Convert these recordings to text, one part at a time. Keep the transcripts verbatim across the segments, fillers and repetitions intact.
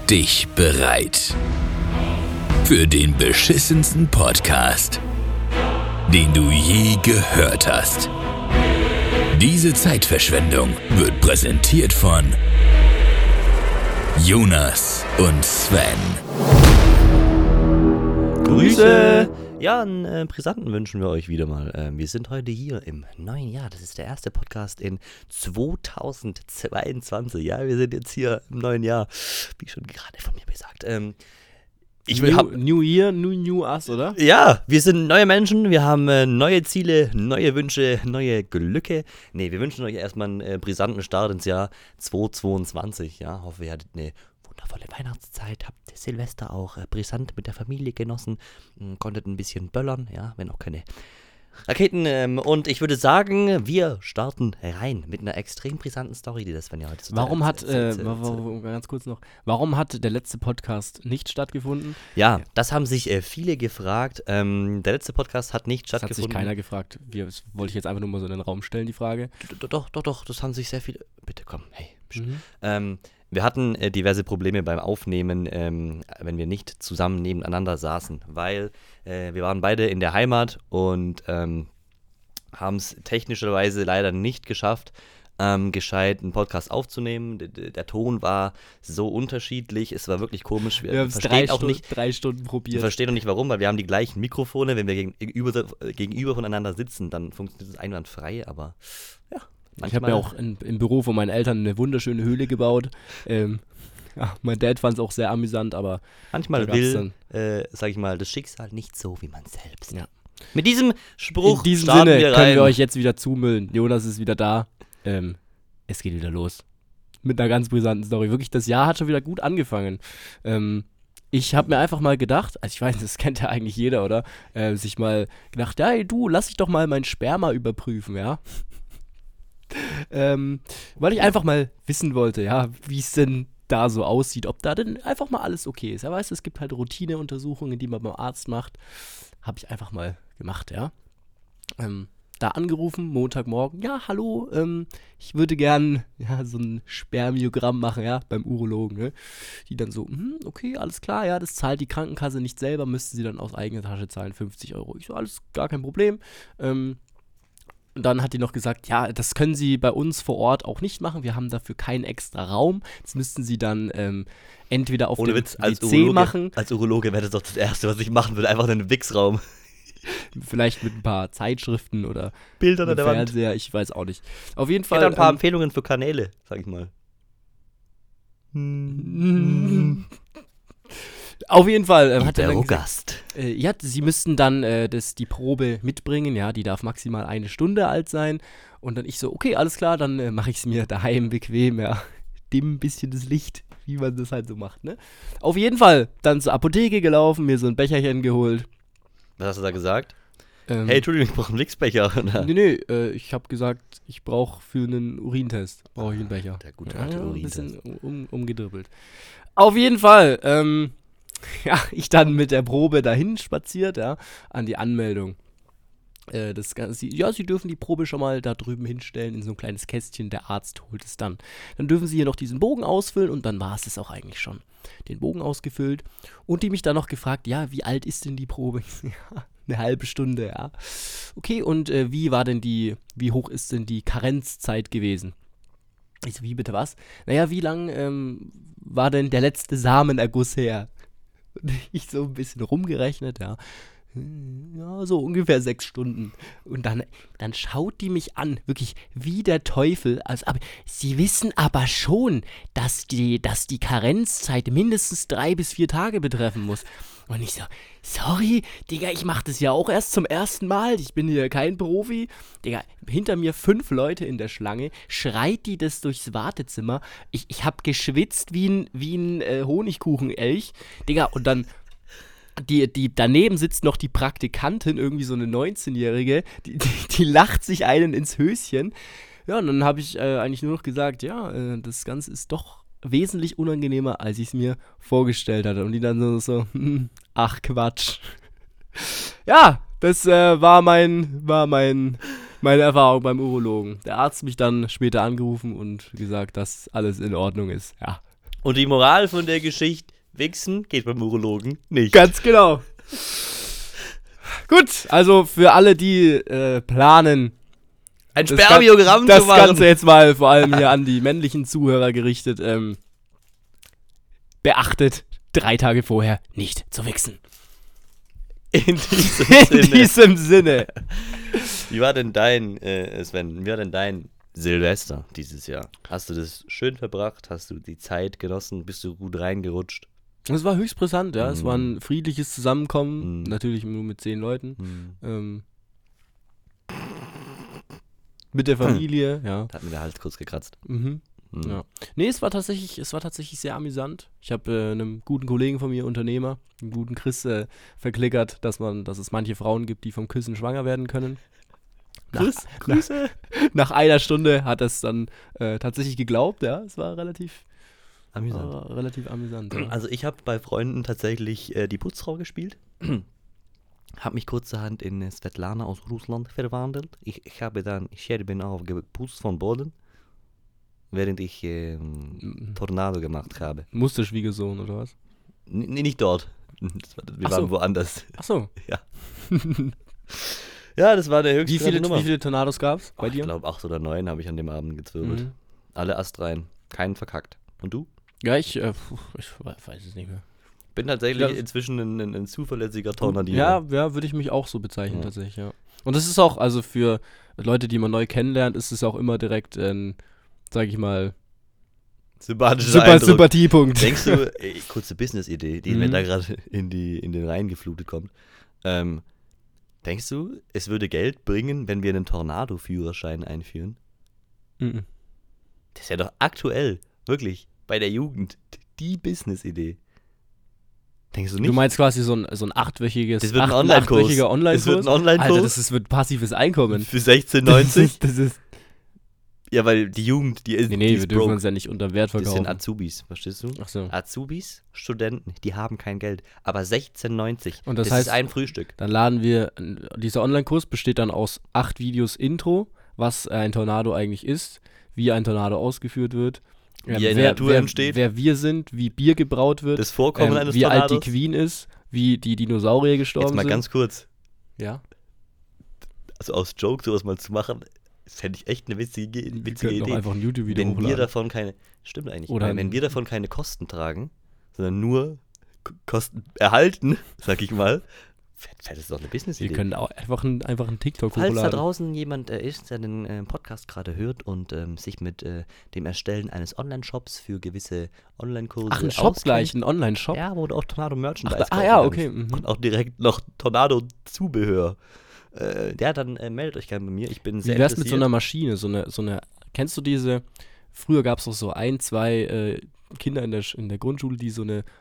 dich bereit für den beschissensten Podcast, den du je gehört hast. Diese Zeitverschwendung wird präsentiert von Jonas und Sven. Grüße! Ja, einen äh, Brisanten wünschen wir euch wieder mal. Ähm, wir sind heute hier im neuen Jahr. Das ist der erste Podcast in zweitausendzweiundzwanzig. Ja, wir sind jetzt hier im neuen Jahr, wie schon gerade von mir gesagt. Ähm, ich will, new, hab, new Year, New New Us, oder? Ja, wir sind neue Menschen, wir haben äh, neue Ziele, neue Wünsche, neue Glücke. Ne, wir wünschen euch erstmal einen äh, brisanten Start ins Jahr zweitausendzweiundzwanzig. Ja, hoffe, ihr hattet eine wundervolle Weihnachtszeit, habt Silvester auch äh, brisant mit der Familie genossen, mh, konntet ein bisschen böllern, ja, wenn auch keine Raketen. Ähm, und ich würde sagen, wir starten rein mit einer extrem brisanten Story, die das Sven ja heute so Warum hat, äh, ganz kurz noch, warum hat der letzte Podcast nicht stattgefunden? Ja, das haben sich äh, viele gefragt. Ähm, der letzte Podcast hat nicht das stattgefunden. Das hat sich keiner gefragt. Wir, das wollte ich jetzt einfach nur mal so in den Raum stellen, die Frage. Doch, doch, doch, doch, das haben sich sehr viele. Bitte komm, hey. Mhm. Ähm, wir hatten äh, diverse Probleme beim Aufnehmen, ähm, wenn wir nicht zusammen nebeneinander saßen, weil äh, wir waren beide in der Heimat und ähm, haben es technischerweise leider nicht geschafft, ähm, gescheit einen Podcast aufzunehmen. D- d- der Ton war so unterschiedlich, es war wirklich komisch. Wir, wir haben es drei, auch Stunden, drei Stunden probiert. Wir verstehen auch nicht warum, weil wir haben die gleichen Mikrofone. Wenn wir gegenüber, gegenüber voneinander sitzen, dann funktioniert das einwandfrei, aber ja. Manchmal. Ich habe mir auch in, im Büro von meinen Eltern eine wunderschöne Höhle gebaut. Ähm, ja, mein Dad fand es auch sehr amüsant, aber manchmal will, äh, sag ich mal, das Schicksal nicht so wie man selbst. Ja. Mit diesem Spruch in diesem starten Sinne wir rein. Können wir euch jetzt wieder zumüllen. Jonas ist wieder da. Ähm, es geht wieder los. Mit einer ganz brisanten Story. Wirklich, das Jahr hat schon wieder gut angefangen. Ähm, Ich habe mir einfach mal gedacht, also ich weiß, das kennt ja eigentlich jeder, oder? Äh, sich mal gedacht, hey du, lass ich doch mal mein Sperma überprüfen, ja? ähm, weil ich einfach mal wissen wollte, ja, wie es denn da so aussieht, ob da denn einfach mal alles okay ist. Er weiß, es gibt halt Routineuntersuchungen, die man beim Arzt macht. Habe ich einfach mal gemacht, ja. Ähm, da angerufen, Montagmorgen, ja, hallo, ähm, ich würde gern ja, so ein Spermiogramm machen, ja, beim Urologen, ne? Die dann so, hm, okay, alles klar, ja, das zahlt die Krankenkasse nicht selber, müssten sie dann aus eigener Tasche zahlen, fünfzig Euro. Ich so, alles, gar kein Problem. Ähm, Und dann hat die noch gesagt, ja, das können Sie bei uns vor Ort auch nicht machen. Wir haben dafür keinen extra Raum. Das müssten Sie dann ähm, entweder auf Ohne dem Witz, als W C Urologe, machen. Als Urologe wäre das doch das Erste, was ich machen würde. Einfach einen Wichsraum. Vielleicht mit ein paar Zeitschriften oder Bilder an der Fernseher, Wand. Ich weiß auch nicht. Auf jeden Fall. Ich hätte ein paar ähm, Empfehlungen für Kanäle, sag ich mal. Auf jeden Fall äh, hat er dann gesagt, äh, ja, sie müssten dann äh, das, die Probe mitbringen, ja, die darf maximal eine Stunde alt sein. Und dann ich so, okay, alles klar, dann äh, mache ich es mir daheim bequem, ja, dimm ein bisschen das Licht, wie man das halt so macht, ne? Auf jeden Fall, dann zur Apotheke gelaufen, mir so ein Becherchen geholt. Was hast du da gesagt? Ähm, hey, Entschuldigung, ich brauche einen Wichsbecher. Oder? Nee, nee, äh, ich habe gesagt, ich brauche für einen Urintest, brauche ich einen Becher. Der gute ja, alte ja, Urintest. Ein bisschen um, umgedribbelt. Auf jeden Fall, ähm, ja, ich dann mit der Probe dahin spaziert, ja, an die Anmeldung. Äh, das Ganze, ja, Sie dürfen die Probe schon mal da drüben hinstellen in so ein kleines Kästchen, der Arzt holt es dann. Dann dürfen Sie hier noch diesen Bogen ausfüllen und dann war es es auch eigentlich schon. Den Bogen ausgefüllt und die mich dann noch gefragt, ja, wie alt ist denn die Probe? Ja, eine halbe Stunde, ja. Okay, und äh, wie war denn die, wie hoch ist denn die Karenzzeit gewesen? Ich so, wie bitte was? Naja, wie lang ähm, war denn der letzte Samenerguss her? Und ich so ein bisschen rumgerechnet, ja. Ja, so ungefähr sechs Stunden. Und dann, dann schaut die mich an, wirklich wie der Teufel. Also, aber sie wissen aber schon, dass die, dass die Karenzzeit mindestens drei bis vier Tage betreffen muss. Und ich so, sorry, Digga, ich mach das ja auch erst zum ersten Mal. Ich bin hier kein Profi. Digga, hinter mir fünf Leute in der Schlange. Schreit die das durchs Wartezimmer. Ich, ich hab geschwitzt wie ein, wie ein äh, Honigkuchenelch. Digga, und dann... Die, die, daneben sitzt noch die Praktikantin, irgendwie so eine neunzehnjährige, die, die, die lacht sich einen ins Höschen. Ja, und dann habe ich äh, eigentlich nur noch gesagt, ja, äh, das Ganze ist doch wesentlich unangenehmer, als ich es mir vorgestellt hatte. Und die dann so, so hm, ach Quatsch. Ja, das äh, war mein, war mein, meine Erfahrung beim Urologen. Der Arzt mich dann später angerufen und gesagt, dass alles in Ordnung ist, ja. Und die Moral von der Geschichte, wichsen geht beim Urologen nicht. Ganz genau. Gut, also für alle, die äh, planen, Ein das Spermiogramm Gan- zu Das machen. Ganze jetzt mal vor allem hier an die männlichen Zuhörer gerichtet, ähm, beachtet, drei Tage vorher nicht zu wichsen. In diesem In Sinne. diesem Sinne. Wie war denn dein, äh, Sven, wie war denn dein Silvester dieses Jahr? Hast du das schön verbracht? Hast du die Zeit genossen? Bist du gut reingerutscht? Es war höchst brisant, ja. Es Mhm. war ein friedliches Zusammenkommen, Mhm. natürlich nur mit zehn Leuten. Hm. Ähm, mit der Familie, ja. Da hat mir der Hals kurz gekratzt. Mhm. Hm. Ja. Nee, es war tatsächlich, es war tatsächlich sehr amüsant. Ich habe äh, einem guten Kollegen von mir, Unternehmer, einem guten Chris, äh, verklickert, dass man, dass es manche Frauen gibt, die vom Küssen schwanger werden können. Grüß, Grüße. Nach einer Stunde hat er es dann äh, tatsächlich geglaubt, ja. Es war relativ, Amüsant. war relativ amüsant. Ja. Also ich habe bei Freunden tatsächlich äh, die Putzfrau gespielt. Habe mich kurzerhand in äh, Svetlana aus Russland verwandelt. Ich, ich habe dann Scherben aufgeputzt von Boden, während ich ähm, Mhm. Tornado gemacht habe. Musterschwiegersohn oder was? N nee, nicht dort. Das war, wir Ach so. waren woanders. Achso. Ja. Ja, das war der höchste Wie viele, Nummer. wie viele Tornados gab es bei Ach, dir? Ich glaube acht oder neun habe ich an dem Abend gezwirbelt. Mhm. Alle Ast rein. Keinen verkackt. Und du? Ja, ich, äh, puh, ich weiß es nicht mehr. Bin tatsächlich Ja. inzwischen ein, ein, ein zuverlässiger Tornadierer. Ja, ja, würde ich mich auch so bezeichnen, Ja. tatsächlich, ja. Und das ist auch, also für Leute, die man neu kennenlernt, ist es auch immer direkt ein, sag ich mal, Sympathischer Super Eindruck. Sympathiepunkt. Denkst du, ey, kurze Business-Idee, die mir Mhm. da gerade in, die, in den Reihen geflutet kommt. Ähm, denkst du, es würde Geld bringen, wenn wir einen Tornado-Führerschein einführen? Mhm. Das ist ja doch aktuell, wirklich, bei der Jugend, die Business-Idee. Denkst du nicht? Du meinst quasi so ein, so ein achtwöchiges, Das wird ein acht- Online-Kurs. achtwöchiger Online-Kurs? Es wird ein Online-Kurs. Alter, das ist, wird passives Einkommen. für sechzehn Das neunzig? ist, das ist, Ja, weil die Jugend, die ist, nee, die nee, ist wir dürfen broke. uns ja nicht unter Wert Das verkaufen. sind Azubis, verstehst du? Ach so. Azubis, Studenten, die haben kein Geld. Aber sechzehn neunzig, Und das das heißt- ist ein Frühstück. Dann laden wir, dieser Online-Kurs besteht dann aus acht Videos Intro, was ein Tornado eigentlich ist, wie ein Tornado ausgeführt wird, ähm, Wie er in der wer, Natur wer, entsteht. wer wir sind, wie Bier gebraut wird, Das Vorkommen ähm, eines wie alt Tornados. die Queen ist, wie die Dinosaurier gestorben Jetzt mal sind. ganz kurz, ja, also aus Joke sowas mal zu machen, fände ich echt eine witzige, wir witzige können doch Idee. einfach ein YouTube-Video Wenn wir hochladen. davon keine, stimmt eigentlich, Oder weil ein- wenn wir davon keine Kosten tragen, sondern nur K- Kosten erhalten, sag ich mal, wäre das doch eine wir Business-Idee. können auch einfach ein, einfach ein TikTok Falls da hochladen. draußen jemand äh, ist, der den äh, Podcast gerade hört und ähm, sich mit äh, dem Erstellen eines Online-Shops für gewisse Online-Kurse Ach, ein Shop auskennt, gleich, ein Online-Shop? Ja, wo du auch Tornado-Merchandise Ach, da- ah, kaufen ja, kannst. okay, mhm. Und auch direkt noch Tornado-Zubehör. Äh, ja, dann äh, meldet euch gerne bei mir. Ich bin sehr Wie wär's mit so interessiert. einer Maschine, so eine, so eine, kennst du diese, früher gab es doch so ein, zwei äh, Kinder in der, Sch- in der Grundschule, die so eine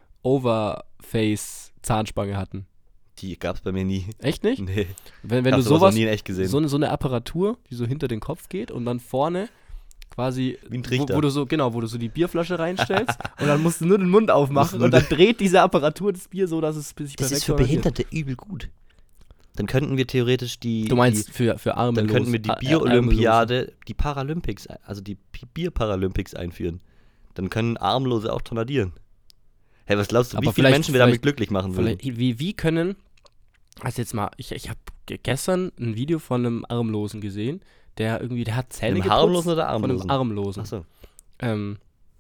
Overface-Zahnspange hatten. Die gab's bei mir nie. Echt nicht? Nee, Wenn, wenn hab du sowas sowas, noch nie in echt gesehen. so eine, so eine Apparatur, die so hinter den Kopf geht und dann vorne quasi, Wie ein wo, Trichter. wo du so, genau, wo du so die Bierflasche reinstellst und dann musst du nur den Mund aufmachen nur und dann dreht diese Apparatur das Bier so, dass es sich das perfekt ist für orientiert. Behinderte übel gut. Dann könnten wir theoretisch die. Du meinst die, für, für Arme Dann los, könnten wir die Ar- äh, Bier-Olympiade, die Paralympics, also die Pi- Bier-Paralympics einführen. Dann können Armlose auch tornadieren. Hey, was glaubst du, Aber wie viele vielleicht- Menschen wir damit vielleicht- glücklich machen würden? Vielleicht, wie, wie können, also jetzt mal, ich, ich habe gestern ein Video von einem Armlosen gesehen, der irgendwie, der hat Zähne Einem geputzt. Harmlosen oder Von einem Armlosen? Armlosen. Achso. Ähm,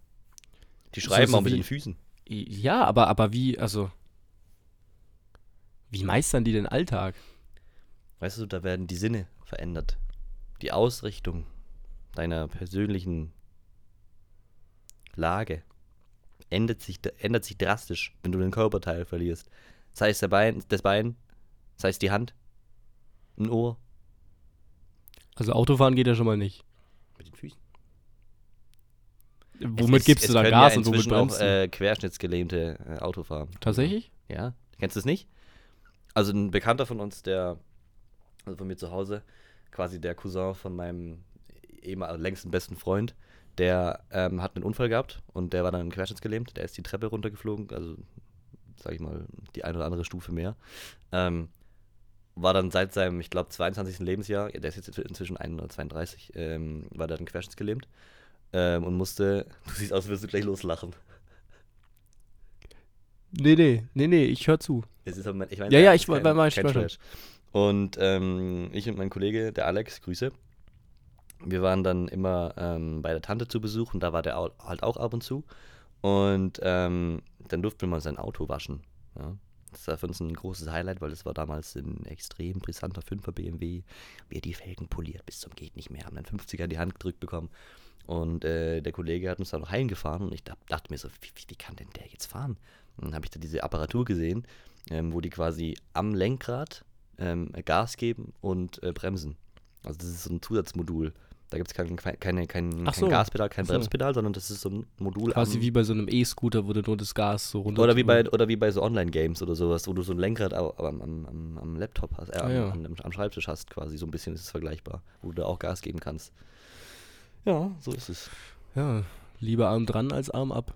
Die schreiben so auch mit wie- den Füßen. ja, aber, aber wie, also, wie meistern die den Alltag? Weißt du, da werden die Sinne verändert. Die Ausrichtung deiner persönlichen Lage ändert sich, ändert sich drastisch, wenn du den Körperteil verlierst. Sei es der Bein, das Bein, sei es die Hand, ein Ohr, Also Autofahren geht ja schon mal nicht. mit den Füßen. Womit Es- gibst es du da können Gas ja und womit inzwischen auch bremst du? äh, querschnittsgelähmte äh, Auto fahren. Tatsächlich? Ja, kennst du es nicht? Also ein Bekannter von uns, der, also von mir zu Hause, quasi der Cousin von meinem ehemal längsten besten Freund, der ähm, hat einen Unfall gehabt und der war dann querschnittsgelähmt. Der ist die Treppe runtergeflogen, also sag ich mal, die eine oder andere Stufe mehr. Ähm, war dann seit seinem, ich glaube, zweiundzwanzigsten Lebensjahr, ja, der ist jetzt inzwischen ein- zweiunddreißig, ähm, war der dann querschnittsgelähmt ähm, und musste, du siehst aus, als würdest du gleich loslachen. Nee, nee, nee, nee, ich höre zu. Es ist aber mein, ich mein, Ja, ja, das ich ist kein, war mal kein Trash. Und ähm, ich und mein Kollege, der Alex, Grüße, wir waren dann immer ähm, bei der Tante zu Besuch und da war der au- halt auch ab und zu. Und ähm, dann durften wir mal sein Auto waschen. Ja. Das war für uns ein großes Highlight, weil das war damals ein extrem brisanter Fünfer B M W. Wir die Felgen poliert bis zum geht nicht mehr, haben dann fünfziger in die Hand gedrückt bekommen. Und äh, der Kollege hat uns dann noch heimgefahren und ich da, dachte mir so, wie, wie, wie kann denn der jetzt fahren? Und dann habe ich da diese Apparatur gesehen, ähm, wo die quasi am Lenkrad ähm, Gas geben und äh, bremsen. Also das ist so ein Zusatzmodul. Da gibt es kein, keine, kein, Ach kein so. Gaspedal, kein Ach so. Bremspedal, sondern das ist so ein Modul Quasi am, wie bei so einem E-Scooter, wo du nur das Gas so runter... oder wie bei oder wie bei so Online-Games oder sowas, wo du so ein Lenkrad au- am, am, am, am Laptop hast, äh, Ah, ja. am, am, am Schreibtisch hast quasi, so ein bisschen ist es vergleichbar, wo du da auch Gas geben kannst. Ja, so ist es. Ja, lieber Arm dran als Arm ab.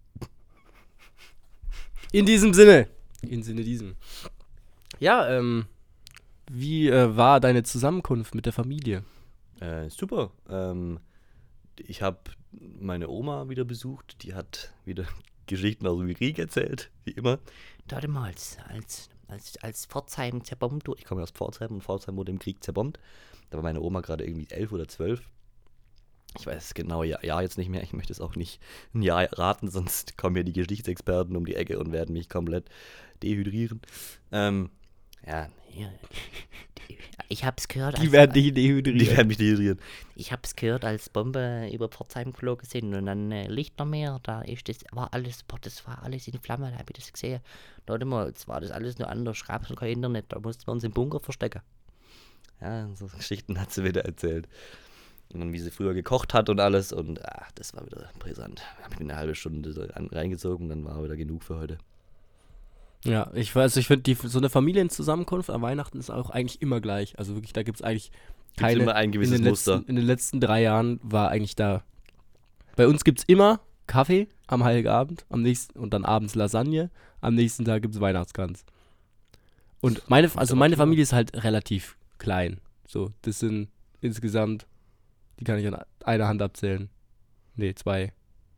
In diesem Sinne. In Sinne diesem. Ja, ähm, wie äh, war deine Zusammenkunft mit der Familie? Äh, super. Ähm, ich habe meine Oma wieder besucht, die hat wieder Geschichten aus dem Krieg erzählt, wie immer. Damals, als, als, als Pforzheim zerbombt wurde, ich komme ja aus Pforzheim und Pforzheim wurde im Krieg zerbombt. Da war meine Oma gerade irgendwie elf oder zwölf. Ich weiß das genaue Jahr, Jahr jetzt nicht mehr, ich möchte es auch nicht ein Jahr raten, sonst kommen ja die Geschichtsexperten um die Ecke und werden mich komplett dehydrieren. Ähm, ja, hier. Ich hab's gehört, Die werden dich die dehydriert. werden mich dehydrieren. Ich hab's gehört, als Bombe über Pforzheim geflogen sind und dann äh, Lichtermeer, da ist das, war alles, boah, das war alles in Flammen, da hab ich das gesehen. Warte mal, jetzt war das alles nur anders, gab's noch kein Internet, da mussten wir uns im Bunker verstecken. Ja, so Geschichten hat sie wieder erzählt. Und dann, wie sie früher gekocht hat und alles und ach, das war wieder brisant. Hab ich mir eine halbe Stunde so an- reingezogen und dann war wieder genug für heute. Ja, ich weiß, ich finde, so eine Familienzusammenkunft an Weihnachten ist auch eigentlich immer gleich. Also wirklich, da gibt es eigentlich Gibt's keine... immer ein in, gewisses den Muster. letzten, in den letzten drei Jahren war eigentlich da... Bei uns gibt es immer Kaffee am Heiligabend, am nächsten und dann abends Lasagne. Am nächsten Tag gibt es Weihnachtskranz. Und meine, also aber meine klar. Familie ist halt relativ klein. So, das sind insgesamt, die kann ich an einer Hand abzählen. Nee, zwei.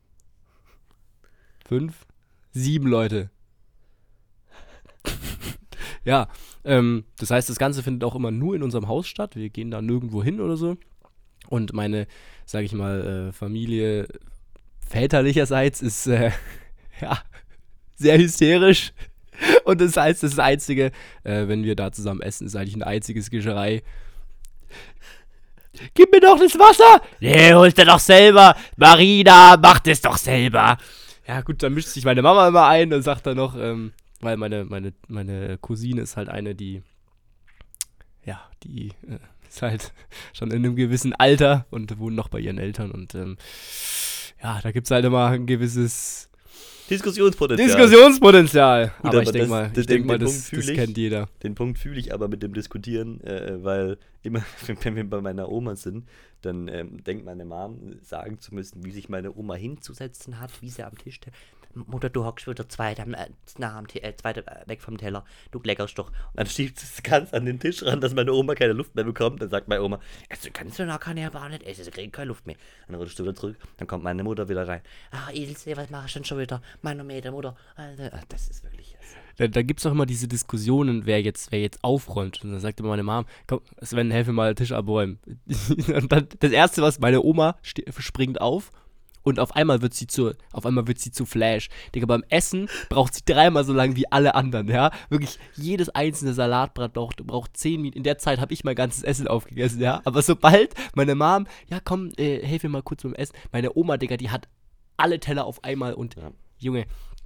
Fünf? Sieben Leute. Ja, ähm, das heißt, das Ganze findet auch immer nur in unserem Haus statt. Wir gehen da nirgendwo hin oder so. Und meine, sage ich mal, äh, Familie väterlicherseits ist, äh, ja, sehr hysterisch. Und das heißt, das Einzige, äh, wenn wir da zusammen essen, ist eigentlich ein einziges Geschrei. Gib mir doch das Wasser! Nee, holst du doch selber! Marina, mach das doch selber! Ja gut, dann mischt sich meine Mama immer ein und sagt dann noch, ähm, weil meine, meine, meine Cousine ist halt eine, die, ja, die äh, ist halt schon in einem gewissen Alter und wohnt noch bei ihren Eltern und ähm, ja, da gibt es halt immer ein gewisses Diskussionspotenzial. Diskussionspotenzial. Gut, aber ich aber denke das- mal, das- ich denk den- mal den das, Punkt fühl das ich. kennt jeder. Den Punkt fühle ich aber mit dem Diskutieren, äh, weil immer, wenn wir bei meiner Oma sind, dann ähm, denkt meine Mom, sagen zu müssen, wie sich meine Oma hinzusetzen hat, wie sie am Tisch. Mutter, du hockst wieder zweit am, äh, nah am Te- äh, zweit äh, weg vom Teller, du kleckerst doch. Und dann schiebt es ganz an den Tisch ran, dass meine Oma keine Luft mehr bekommt. Dann sagt meine Oma, also kannst du noch keine aber nicht essen, sie kriegen keine Luft mehr. Dann rutschst du wieder zurück, dann kommt meine Mutter wieder rein. Ah, Ilse, was machst du denn schon wieder? Meine Mutter, Mutter. Also, ah, das ist wirklich... Da, da gibt es auch immer diese Diskussionen, wer jetzt, wer jetzt aufräumt. Und dann sagt immer meine Mom, komm, Sven, helfe mal, Tisch abräumen. Und dann das Erste, was meine Oma ste- springt auf und auf einmal wird sie zu, auf einmal wird sie zu Flash. Digga, beim Essen braucht sie dreimal so lange wie alle anderen, ja. Wirklich, jedes einzelne Salatblatt braucht, braucht zehn Minuten. In der Zeit habe ich mein ganzes Essen aufgegessen, ja. Aber sobald meine Mom, ja komm, äh, helf mir mal kurz beim Essen. Meine Oma, Digga, die hat alle Teller auf einmal und, Ja. Junge,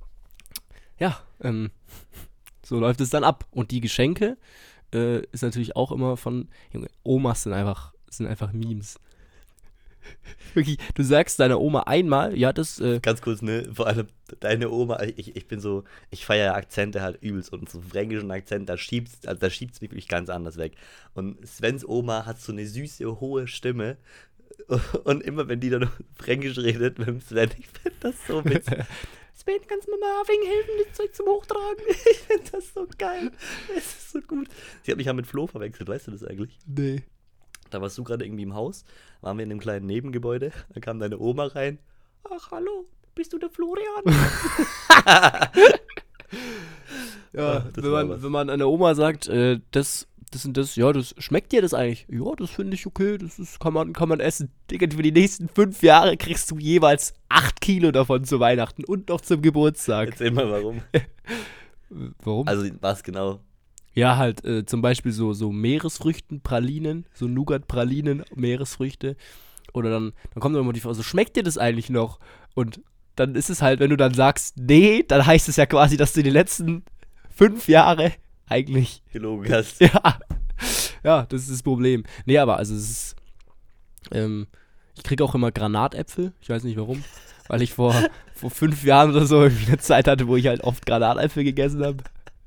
ja, ähm, so läuft es dann ab. Und die Geschenke äh, ist natürlich auch immer von, Junge, Omas sind einfach, sind einfach Memes. Wirklich, du sagst deiner Oma einmal, ja, das, äh, Ganz kurz, ne, vor allem deine Oma, ich, ich bin so, ich feiere Akzente halt übelst und so einen fränkischen Akzent, da schiebt's, also da schiebt's mich wirklich ganz anders weg. Und Svens Oma hat so eine süße, hohe Stimme und immer wenn die dann fränkisch redet mit dem Sven, ich finde das so witzig. Sven, kannst du mir mal wegen helfen, das Zeug zum Hochtragen? Ich finde das so geil. Es ist so gut. Sie hat mich ja mit Flo verwechselt, weißt du das eigentlich? nee. Da warst du gerade irgendwie im Haus, waren wir in einem kleinen Nebengebäude, da kam deine Oma rein. Ach, hallo, bist du der Florian? Ja, Ah, das wenn, war man, was. wenn man einer Oma sagt, äh, das, das und das, ja, das schmeckt dir das eigentlich? Ja, das finde ich okay, das ist, kann, man, kann man essen. Digga, für die nächsten fünf Jahre kriegst du jeweils acht Kilo davon zu Weihnachten und noch zum Geburtstag. Erzähl mal warum. Warum? Also, was genau? Ja, halt äh, zum Beispiel so, so Meeresfrüchten, Pralinen, so Nougat-Pralinen, Meeresfrüchte. Oder dann, dann kommt immer die Frage, so schmeckt dir das eigentlich noch? Und dann ist es halt, wenn du dann sagst, nee, dann heißt es ja quasi, dass du die letzten fünf Jahre eigentlich, Gelogen hast. ja, ja, das ist das Problem. Nee, aber also es ist, ähm, ich kriege auch immer Granatäpfel, ich weiß nicht warum, weil ich vor, vor fünf Jahren oder so irgendwie eine Zeit hatte, wo ich halt oft Granatäpfel gegessen habe.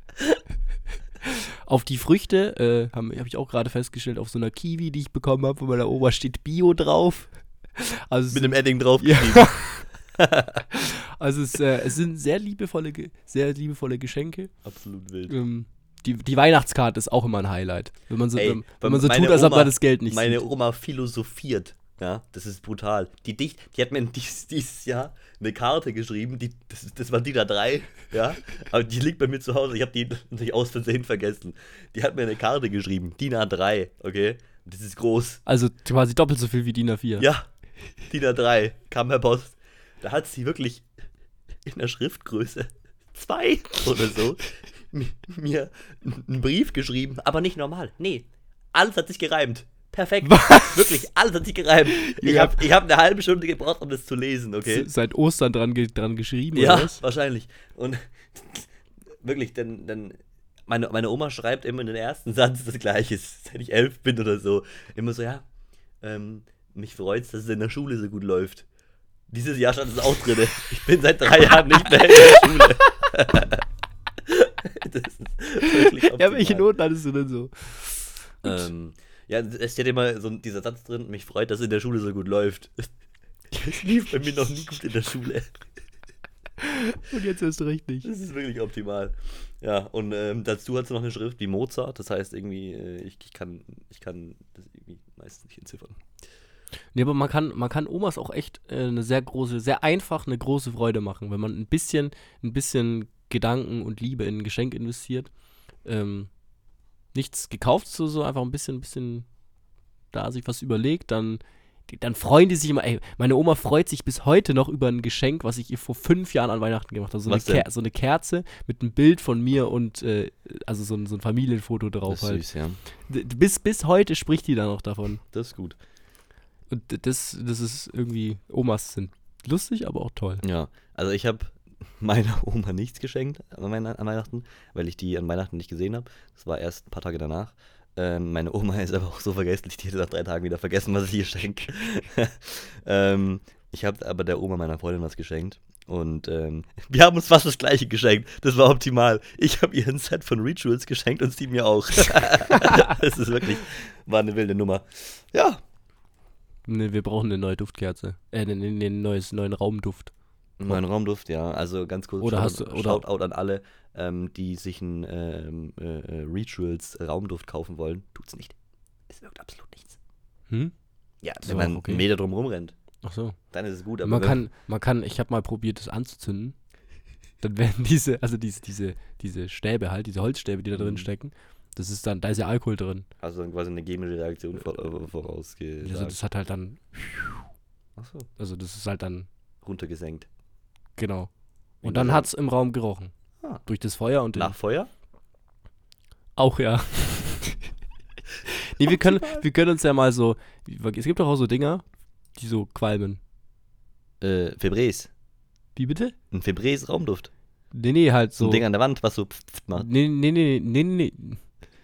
Auf die Früchte äh, habe hab ich auch gerade festgestellt, auf so einer Kiwi, die ich bekommen habe, von meiner Oma steht Bio drauf. Also es Mit dem Edding drauf Ja. geschrieben. Also es, äh, es sind sehr liebevolle, Ge- sehr liebevolle Geschenke. Absolut wild. Ähm, die, die Weihnachtskarte ist auch immer ein Highlight. Wenn man so, Ey, wenn, wenn man so meine tut, als ob Oma- man das Geld nicht Meine sieht. Oma philosophiert. Ja, das ist brutal. Die, dicht, die hat mir dies, dieses Jahr eine Karte geschrieben, die, das, das war D I N A drei, ja, aber die liegt bei mir zu Hause, ich habe die natürlich aus Versehen vergessen. Die hat mir eine Karte geschrieben, D I N A drei, okay, das ist groß. Also quasi doppelt so viel wie D I N A vier. Ja, D I N A drei, kam per Post. Da hat sie wirklich in der Schriftgröße zwei oder so mi- mir einen Brief geschrieben, aber nicht normal, nee, alles hat sich gereimt. Perfekt. Wirklich, alles hat sich gereimt. Ich Ja. habe ich hab eine halbe Stunde gebraucht, um das zu lesen, okay? S- Seit Ostern dran, ge dran geschrieben, Ja, oder was? wahrscheinlich. Und wirklich, denn, denn meine, meine Oma schreibt immer in den ersten Satz das Gleiche, seit ich elf bin oder so. Immer so, ja, ähm, mich freut's, dass es in der Schule so gut läuft. Dieses Jahr stand es auch drin. Ich bin seit drei Jahren nicht mehr in der Schule. Das ist wirklich Ja, welche optimal. Noten hattest du denn so? Ähm, ja, es steht immer so dieser Satz drin, mich freut, dass es in der Schule so gut läuft. Es lief bei mir noch nie gut in der Schule. Und jetzt erst recht nicht. Das ist wirklich optimal. Ja, und ähm, dazu hat sie noch eine Schrift wie Mozart, das heißt irgendwie, äh, ich, ich, kann, ich kann das irgendwie meistens nicht entziffern. Nee, aber man kann, man kann Omas auch echt äh, eine sehr große, sehr einfach eine große Freude machen, wenn man ein bisschen, ein bisschen Gedanken und Liebe in ein Geschenk investiert. Ähm, nichts gekauft, so, so einfach ein bisschen, ein bisschen da sich was überlegt, dann, die, dann freuen die sich immer. Ey, meine Oma freut sich bis heute noch über ein Geschenk, was ich ihr vor fünf Jahren an Weihnachten gemacht habe. So, eine, Was denn? Ker so eine Kerze mit einem Bild von mir und äh, also so ein, so ein Familienfoto drauf halt. ja. D bis, bis heute spricht die da noch davon. Das ist gut. Und d- das, das ist irgendwie, Omas sind lustig, aber auch toll. Ja, also ich habe meiner Oma nichts geschenkt an, Weihn- an Weihnachten, weil ich die an Weihnachten nicht gesehen habe. Das war erst ein paar Tage danach. Ähm, meine Oma ist aber auch so vergesslich, die hat nach drei Tagen wieder vergessen, was ich ihr schenke. ähm, ich habe aber der Oma meiner Freundin was geschenkt. Und ähm, wir haben uns fast das gleiche geschenkt. Das war optimal. Ich habe ihr ein Set von Rituals geschenkt und sie mir auch. Das ist wirklich, war eine wilde Nummer. Ja, Ne, wir brauchen eine neue Duftkerze. Äh, einen ne, ne, neues, neuen Raumduft. mein Raumduft, ja. Also ganz kurz, Oder Shout- hast du- oder- Shoutout an alle, ähm, die sich einen ähm, äh, äh, Rituals Raumduft kaufen wollen. Tut's nicht. Es wirkt absolut nichts. Hm? Ja, So, wenn man okay. einen Meter drum rumrennt, Ach so. dann ist es gut. Aber Man wenn- kann, man kann, ich habe mal probiert, das anzuzünden. Dann werden diese, also diese, diese, diese Stäbe halt, diese Holzstäbe, die da drin Mhm. stecken, das ist dann, da ist ja Alkohol drin. also dann quasi eine chemische Reaktion vor, äh, vorausgesagt. Also das hat halt dann, Achso, also das ist halt dann, runtergesenkt. genau. Wie Und dann gesagt. hat's im Raum gerochen. Ah. Durch das Feuer und den, Nach Feuer? auch, ja. Nee, wir können, wir können uns ja mal so, es gibt doch auch so Dinger, die so qualmen. Äh, Febreze. Wie bitte? Ein Febreze Raumduft. Nee, nee, halt So so. ein Ding an der Wand, was so pf, pf macht. Nee, nee, nee, nee, nee, nee.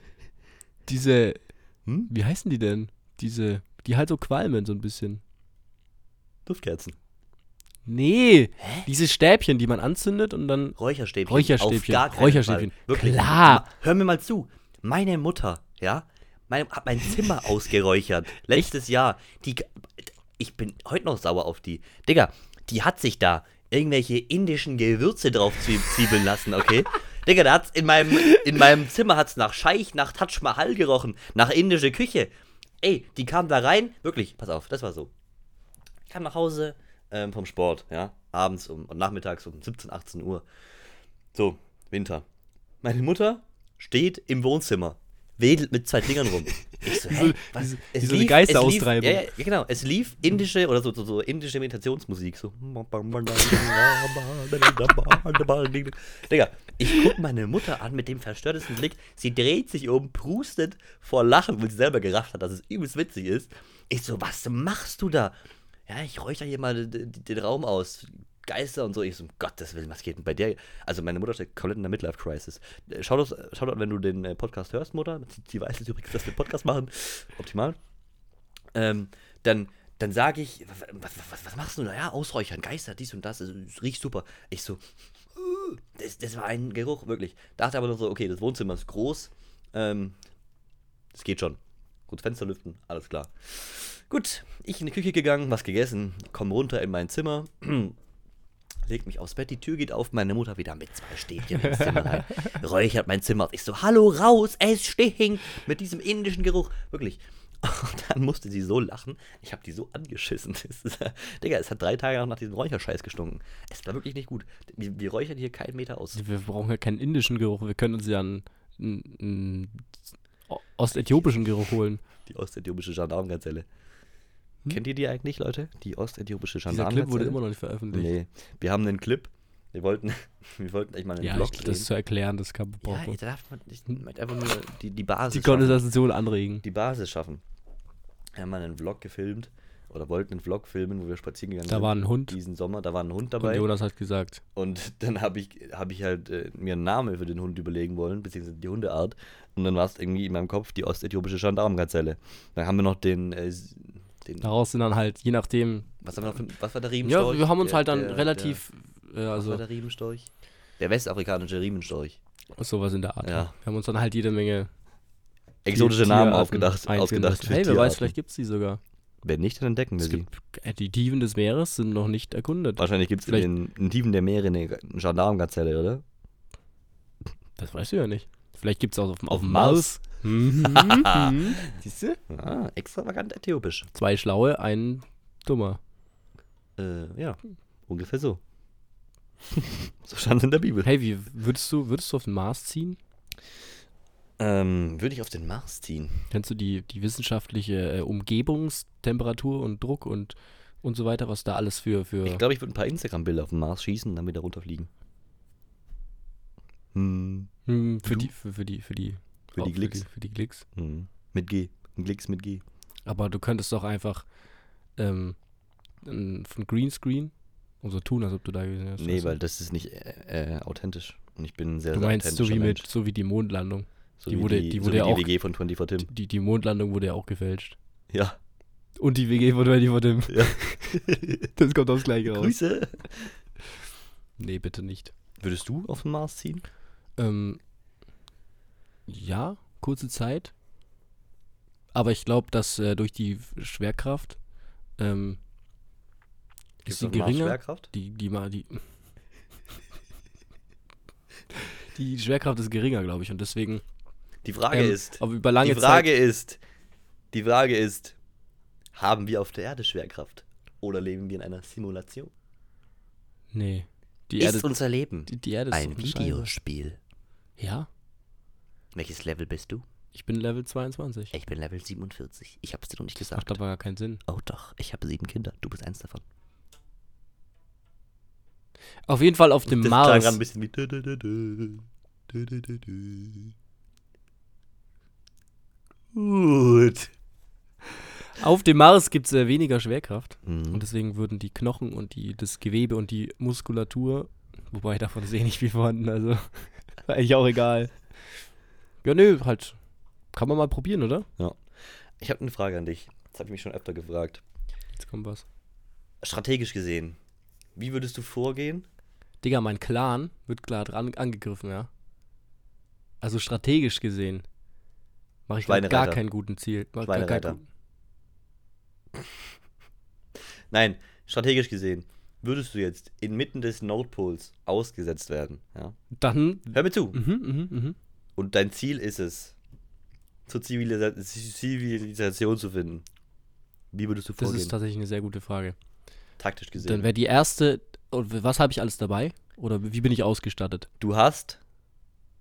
Diese, Hm? wie heißen die denn? Diese, die halt so qualmen so ein bisschen. Duftkerzen. Nee, diese Stäbchen, die man anzündet und dann. Räucherstäbchen. Räucherstäbchen, Auf gar keinen Räucherstäbchen. Fall. Wirklich. Klar. Hör mir mal zu. Meine Mutter, ja, meine, hat mein Zimmer ausgeräuchert. Letztes Jahr. Die, ich bin heute noch sauer auf die. Digga, die hat sich da irgendwelche indischen Gewürze drauf zwie- zwiebeln lassen, okay? Digga, da hat's in meinem, in meinem Zimmer hat's nach Scheich, nach Taj Mahal gerochen, nach indische Küche. Ey, die kam da rein, wirklich, pass auf, das war so. Ich kam nach Hause ähm, vom Sport, ja, abends um, und nachmittags um siebzehn, achtzehn Uhr. So, Winter. Meine Mutter steht im Wohnzimmer, wedelt mit zwei Dingern rum. Ich so, hey, was? Wie Es so eine lief- Geisteraustreibung. Es lief, ja, ja, genau. Es lief indische oder so, so, so indische Meditationsmusik. So. Digga, ich guck meine Mutter an mit dem verstörtesten Blick. Sie dreht sich um, prustet vor Lachen, weil sie selber gerafft hat, dass es übelst witzig ist. Ich so, was machst du da? Ja, ich räuchere hier mal den, den Raum aus. Geister und so. Ich so, um Gottes Willen, was geht denn bei der? Also meine Mutter steht komplett in der Midlife-Crisis. Schau doch, schau doch, wenn du den äh, Podcast hörst, Mutter. Sie, sie weiß jetzt übrigens, dass wir einen Podcast machen. Optimal. Ähm, dann, dann sage ich, was, was, was machst du da? Ja, ausräuchern, Geister, dies und das. Es riecht super. Ich so, uh, das, das war ein Geruch, wirklich. Dachte aber nur so, okay, das Wohnzimmer ist groß. Ähm, das geht schon. Gut, Fenster lüften, alles klar. Gut, ich in die Küche gegangen, was gegessen, komm runter in mein Zimmer. Leg mich aufs Bett, die Tür geht auf, meine Mutter wieder mit zwei Stäbchen ins Zimmer rein, räuchert mein Zimmer. Ich so, hallo, raus, es stinkt, mit diesem indischen Geruch, wirklich. Und dann musste sie so lachen, ich habe die so angeschissen. Das ist, Digga, es hat drei Tage nach diesem Räucherscheiß gestunken. Es war wirklich nicht gut. Wir, wir räuchern hier keinen Meter aus. Wir brauchen ja keinen indischen Geruch, wir können uns ja einen, einen, einen ostäthiopischen Geruch holen. Die ostäthiopische Gendarmgazelle. Hm? Kennt ihr die eigentlich, Leute? Die ostäthiopische Dieser Gendarmgazelle? Clip wurde immer noch nicht veröffentlicht. Nee, wir haben einen Clip. Wir wollten, wir wollten echt mal einen Ja, Vlog ich, drehen. das zu erklären, das kann Ja, braucht man. ich darf man, ich möchte einfach nur die, die Basis Die schaffen. Konversation anregen. Die Basis schaffen. Wir haben mal einen Vlog gefilmt oder wollten einen Vlog filmen, wo wir spazieren gegangen Da sind. war ein Hund. Diesen Sommer, da war ein Hund Und dabei. Jonas hat gesagt, Und dann habe ich, hab ich halt äh, mir einen Namen für den Hund überlegen wollen, beziehungsweise die Hundeart. Und dann war es irgendwie in meinem Kopf die ostäthiopische Gendarmgazelle. Dann haben wir noch den, äh, den daraus sind dann halt, je nachdem, was, haben wir noch für, was war der ja, Riemenstorch? wir haben uns Der- halt dann der- relativ, äh, Der, was also war der Riemenstorch? Der westafrikanische Riemenstorch. sowas in der Art. Ja. Wir haben uns dann halt jede Menge Exotische Tier- Namen Tierarten aufgedacht, einzeln ausgedacht. lassen. für Hey, wer weiß, Tierarten. vielleicht gibt es die sogar. Wenn nicht, dann entdecken wir Es sie. gibt, äh, die Tiefen des Meeres sind noch nicht erkundet. Wahrscheinlich gibt es in Vielleicht- den in Tiefen der Meere eine Gendarmgazelle, oder? Das weißt du ja nicht. Vielleicht gibt es auch auf dem, Auf auf dem dem Mars. Mhm. Siehst du? Ah, extravagant äthiopisch. Zwei Schlaue, ein Dummer. Äh, ja, ungefähr so. So stand es in der Bibel. Hey, wie würdest du, würdest du auf den Mars ziehen? Ähm, würde ich auf den Mars ziehen? Kennst du die, die wissenschaftliche äh, Umgebungstemperatur und Druck und, und so weiter, was da alles für. für Ich glaube, ich würde ein paar Instagram-Bilder auf den Mars schießen und dann wieder runterfliegen. Hm, Hm, für, Du? die, für, für die. Für die, Für auch die Klicks. Für die, für die Klicks. hm. Mit G. Ein Klicks mit G. Aber du könntest doch einfach ähm, n- von Greenscreen und so tun, als ob du da gewesen wärst. Nee, weißt du? weil das ist nicht äh, äh, authentisch. Und ich bin ein sehr, Du sehr meinst so authentischer wie, Mensch. mit, so wie die Mondlandung. So die wie wurde- die, die so wurde wie ja die auch- W G von vierundzwanzig Tim. Die, die Mondlandung wurde ja auch gefälscht. Ja. Und die W G von Wendy von dem. Ja. Das kommt aufs Gleiche raus. Grüße. Nee, bitte nicht. Würdest du auf den Mars ziehen? Ähm, ja, kurze Zeit. Aber ich glaube, dass äh, durch die Schwerkraft ähm, Gibt's ist sie auf dem Mars geringer. Schwerkraft? Die, die, ma- die, die Schwerkraft ist geringer, glaube ich. Und deswegen, Die Frage ähm, ist, aber über lange die Frage Zeit. ist, die Frage ist, haben wir auf der Erde Schwerkraft oder leben wir in einer Simulation? Nee. Die ist Erde, unser Leben die, die Erde ist ein so eine Scheiße. Videospiel? Ja, Welches Level bist du? ich bin Level zweiundzwanzig. Ich bin Level siebenundvierzig. Ich hab's dir noch nicht Macht gesagt. aber gar keinen Sinn. Oh doch, ich habe sieben Kinder. Du bist eins davon. Auf jeden Fall auf dem Das Mars. klang gerade ein bisschen wie dü- dü- dü- dü. Dü- dü- dü- dü. Gut. Auf dem Mars gibt es äh, weniger Schwerkraft. Mhm. Und deswegen würden die Knochen und die, das Gewebe und die Muskulatur, wobei davon ist eh nicht viel vorhanden, also eigentlich auch egal. Ja, nö, halt, kann man mal probieren, oder? Ich habe eine Frage an dich. Das habe ich mich schon öfter gefragt. Jetzt kommt was. Strategisch gesehen, wie würdest du vorgehen? Digga, mein Clan wird klar dran angegriffen, ja. Also strategisch gesehen mache ich grad gar Schweinereiter. keinen guten Ziel. Mach gar keinen Schweinereiter. guten- Nein, strategisch gesehen, würdest du jetzt inmitten des Nordpols ausgesetzt werden? Ja? Dann, Hör mir zu. mhm, mhm, mhm. Und dein Ziel ist es, zur Zivilisa Zivilisation zu finden. Wie würdest du Das vorgehen? ist tatsächlich eine sehr gute Frage. Taktisch gesehen. Dann wäre die erste, und was habe ich alles dabei? Oder wie bin ich ausgestattet? Du hast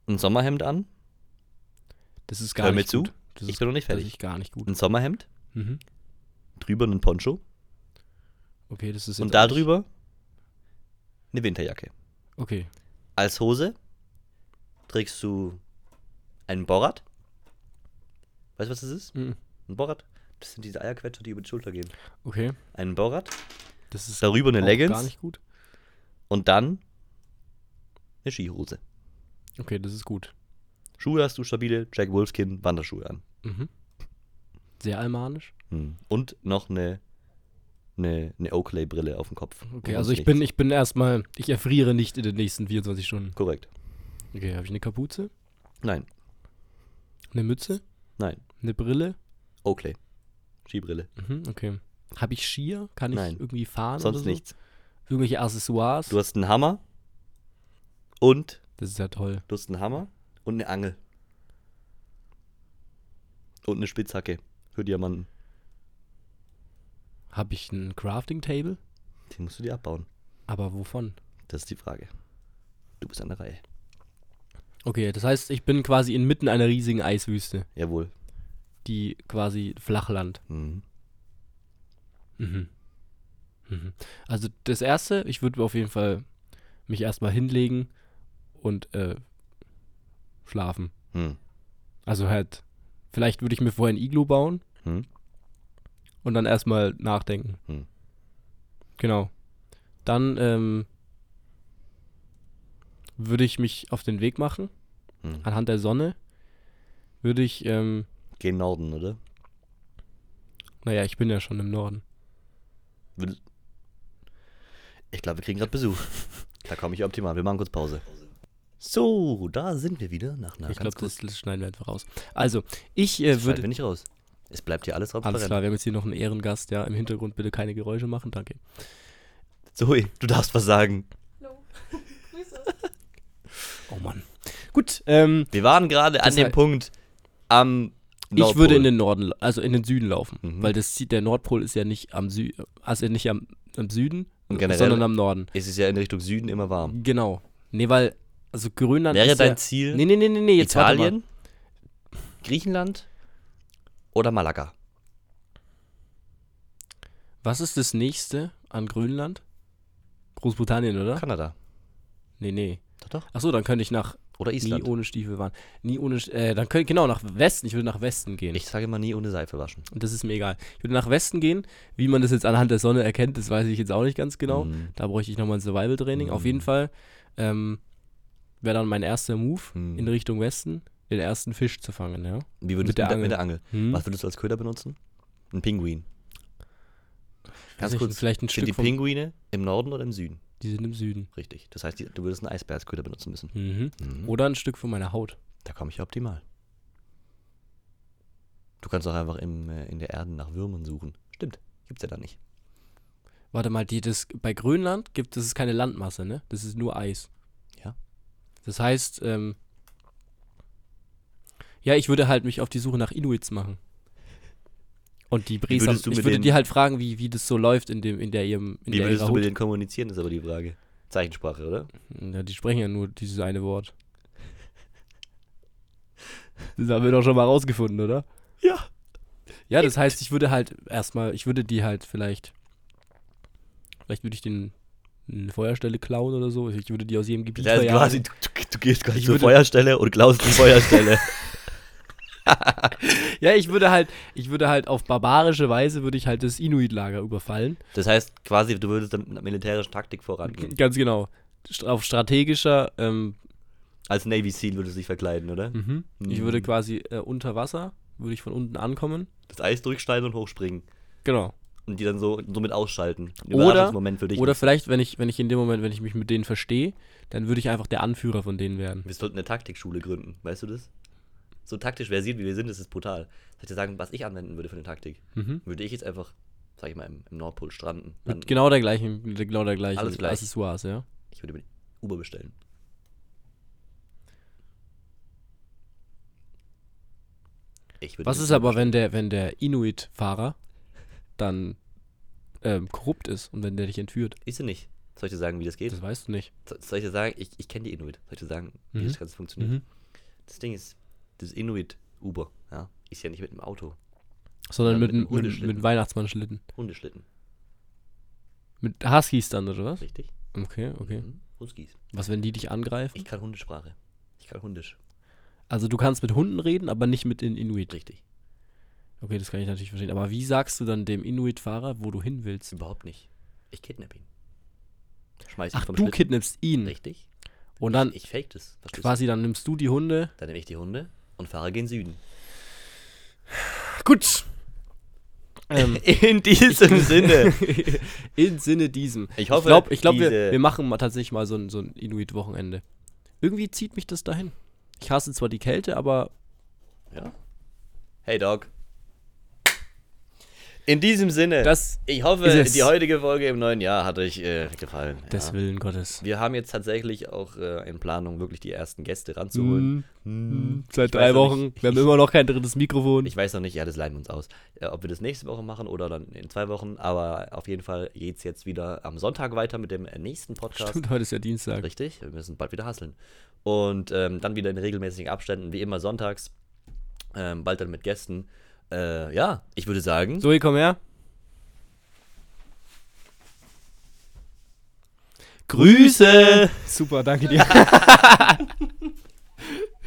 ein Sommerhemd an. Das ist gar Hör mir nicht zu. gut. Das Ich ist bin noch nicht fertig. tatsächlich gar nicht gut. Ein Sommerhemd, Mhm. drüber einen Poncho Okay, das ist jetzt und auch da nicht- drüber eine Winterjacke. Okay. Als Hose trägst du einen Borat. Weißt du, was das ist? Mhm. Ein Borat? Das sind diese Eierquetscher, die über die Schulter gehen. Okay. Einen Borat, Das ist darüber eine auch Leggings gar nicht gut. und dann eine Skihose. Okay, das ist gut. Schuhe hast du stabile Jack Wolfskin Wanderschuhe an. Mhm. Sehr almanisch. Hm. Und noch eine, eine, eine Oakley-Brille auf dem Kopf. Okay, Und also sonst ich bin, nichts. ich bin erstmal, ich erfriere nicht in den nächsten vierundzwanzig Stunden. Korrekt. Okay, habe ich eine Kapuze? Nein, Eine Mütze? nein. Eine Brille? Oakley. Skibrille. Mhm, okay. Habe ich Skier? Kann ich Nein. irgendwie fahren Sonst oder so? nichts. Irgendwelche Accessoires? Du hast einen Hammer und Das ist ja toll. du hast einen Hammer und eine Angel. Und eine Spitzhacke für Diamanten. Habe ich ein Crafting Table? Die musst du dir abbauen. Aber wovon? Das ist die Frage. Du bist an der Reihe. Okay, das heißt, ich bin quasi inmitten einer riesigen Eiswüste, Jawohl. die quasi Flachland. Mhm. Mhm. Mhm. Also das Erste, ich würde auf jeden Fall mich erstmal hinlegen und äh, schlafen. Hm. Also halt, vielleicht würde ich mir vorher ein Iglu bauen Hm. und dann erstmal nachdenken. Hm. Genau. Dann ähm, würde ich mich auf den Weg machen. Hm. Anhand der Sonne würde ich, ähm, Geh in Norden, oder? naja, ich bin ja schon im Norden. Will- Ich glaube, wir kriegen gerade Besuch. Da komme ich optimal. Wir machen kurz Pause. So, da sind wir wieder nach einer ich ganz glaube, das, kurz- das schneiden wir einfach raus. Also, ich äh, Das schneiden würde... wir nicht raus. Es bleibt hier alles transparent. Alles klar, wir haben jetzt hier noch einen Ehrengast, ja, im Hintergrund bitte keine Geräusche machen, danke. Zoe, du darfst was sagen. Oh Mann. Gut, ähm, Wir waren gerade an Das dem heißt- Punkt am Nordpol. ich würde in den Norden, also in den Süden laufen, Mhm. weil das sieht, der Nordpol ist ja nicht am Sü also nicht am, am Süden, Und generell- sondern am Norden. Es ist ja in Richtung Süden immer warm. Genau. Nee, weil, also Grönland Wäre ist dein ja, Ziel Nee, nee, nee, nee, nee, jetzt warte mal. Italien, Griechenland oder Malaga? Was ist das nächste an Grönland? Großbritannien, oder? Kanada. Nee, nee. Doch, doch. Achso, dann könnte ich nach Oder Island. nie ohne Stiefel fahren. Nie ohne, St- äh, dann könnte, genau, nach Westen, ich würde nach Westen gehen. Ich sage immer nie ohne Seife waschen. Und das ist mir egal. Ich würde nach Westen gehen. Wie man das jetzt anhand der Sonne erkennt, das weiß ich jetzt auch nicht ganz genau. Mhm. Da bräuchte ich nochmal ein Survival-Training. Auf Mhm. jeden Fall ähm, wäre dann mein erster Move Mhm. in Richtung Westen, den ersten Fisch zu fangen, ja. Wie würdest Mit du der mit, Angel. mit der Angel? Hm? Was würdest du als Köder benutzen? Ein Pinguin. Ganz Weiß nicht, kurz, vielleicht ein sind die Stück vom, Pinguine im Norden oder im Süden? die sind im Süden. Richtig. Das heißt, die, du würdest einen Eisbär als Köder benutzen müssen. Mhm. Mhm. Oder ein Stück von meiner Haut. Da komme ich ja optimal. Du kannst auch einfach im, äh, in der Erde nach Würmern suchen. Stimmt, gibt's ja da nicht. Warte mal, die, das, bei Grönland gibt es keine Landmasse, ne? Das ist nur Eis. Ja. Das heißt, ähm, ja, ich würde halt mich auf die Suche nach Inuits machen. Und die Bresam, würdest du ich mit würde denen- die halt fragen, wie, wie das so läuft in dem, in der ihrem, in Wie der würdest ihrer du mit Hut. denen kommunizieren, ist aber die Frage. Zeichensprache, oder? Ja, die sprechen ja nur dieses eine Wort. Das haben wir doch schon mal rausgefunden, oder? Ja. Ja, das heißt, ich würde halt erstmal, ich würde die halt vielleicht, vielleicht würde ich den eine Feuerstelle klauen oder so. Ich würde die aus jedem Gebiet Das heißt verjagen. quasi, du, du, du gehst quasi Ich zur würde- Feuerstelle und klaust die Feuerstelle. Ja, ich würde halt, ich würde halt auf barbarische Weise würde ich halt das Inuit-Lager überfallen. Das heißt quasi, du würdest dann mit einer militärischen Taktik vorangehen. Ganz genau. St- Auf strategischer, ähm, Als Navy Seal würdest du dich verkleiden, oder? mhm. ich Mhm. würde quasi äh, unter Wasser, würde ich von unten ankommen. Das Eis durchschneiden und hochspringen. Genau. Und die dann so somit ausschalten. Ein Oder- Überraschungsmoment für dich. Oder vielleicht, wenn ich, wenn ich in dem Moment, wenn ich mich mit denen verstehe, dann würde ich einfach der Anführer von denen werden. Wir sollten eine Taktikschule gründen, weißt du das? So taktisch versiert, wie wir sind, das ist brutal. Soll ich dir sagen, was ich anwenden würde für eine Taktik? Mhm. Würde ich jetzt einfach, sag ich mal, im, im Nordpol stranden. Dann, Mit genau der gleichen, mit genau der gleichen Alles gleich. Accessoires, ja. Ich würde mir Uber bestellen. Ich würde Was mir ist Uber aber, bestellen. wenn der, wenn der Inuit-Fahrer dann ähm, korrupt ist und wenn der dich entführt? Ist er nicht. Soll ich dir sagen, wie das geht? Das weißt du nicht. So- Soll ich dir sagen, ich, ich kenne die Inuit. Soll ich dir sagen, wie Mhm. das Ganze funktioniert? Mhm. Das Ding ist, das Inuit-Uber, ja, ist ja nicht mit dem Auto. Sondern Ja, mit, mit einem mit, mit, Hundeschlitten. mit Weihnachtsmannschlitten. Hundeschlitten, Mit Huskies dann, oder was? richtig? Okay, okay. Mhm. Huskies. Was, wenn die dich angreifen? Ich kann Hundesprache. Ich kann Hundisch. Also du kannst mit Hunden reden, aber nicht mit den Inuit. Richtig. Okay, das kann ich natürlich verstehen. Aber wie sagst du dann dem Inuit-Fahrer, wo du hin willst? Überhaupt nicht. Ich kidnapp ihn. Schmeiß ihn Ach, vom du Schlitten. kidnappst ihn. Richtig. Und dann Ich, ich fake das. Verstehst du? quasi, dann nimmst du die Hunde. Dann nehme ich die Hunde und fahre gen Süden. Gut. Ähm, In diesem Sinne. in Sinne diesem. Ich hoffe, ich glaube, ich glaub, wir, diese- wir machen mal tatsächlich mal so ein, so ein Inuit-Wochenende. Irgendwie zieht mich das dahin. Ich hasse zwar die Kälte, aber Ja. Hey Dog. In diesem Sinne. das Ich hoffe, ist es. die heutige Folge im neuen Jahr hat euch äh, gefallen. des Ja. Willen Gottes. Wir haben jetzt tatsächlich auch äh, in Planung, wirklich die ersten Gäste ranzuholen. Mhm. Seit Ich drei weiß noch Wochen. nicht. Wir haben immer noch kein drittes Mikrofon. Ich weiß noch nicht, ja, das leihen wir uns aus. Äh, ob wir das nächste Woche machen oder dann in zwei Wochen. Aber auf jeden Fall geht's jetzt wieder am Sonntag weiter mit dem äh, nächsten Podcast. Stimmt, heute ist ja Dienstag. Richtig, wir müssen bald wieder hasseln. Und ähm, dann wieder in regelmäßigen Abständen, wie immer sonntags. Ähm, bald dann mit Gästen. Äh, ja, ich würde sagen, Zoe, komm her. Grüße! Super, danke dir.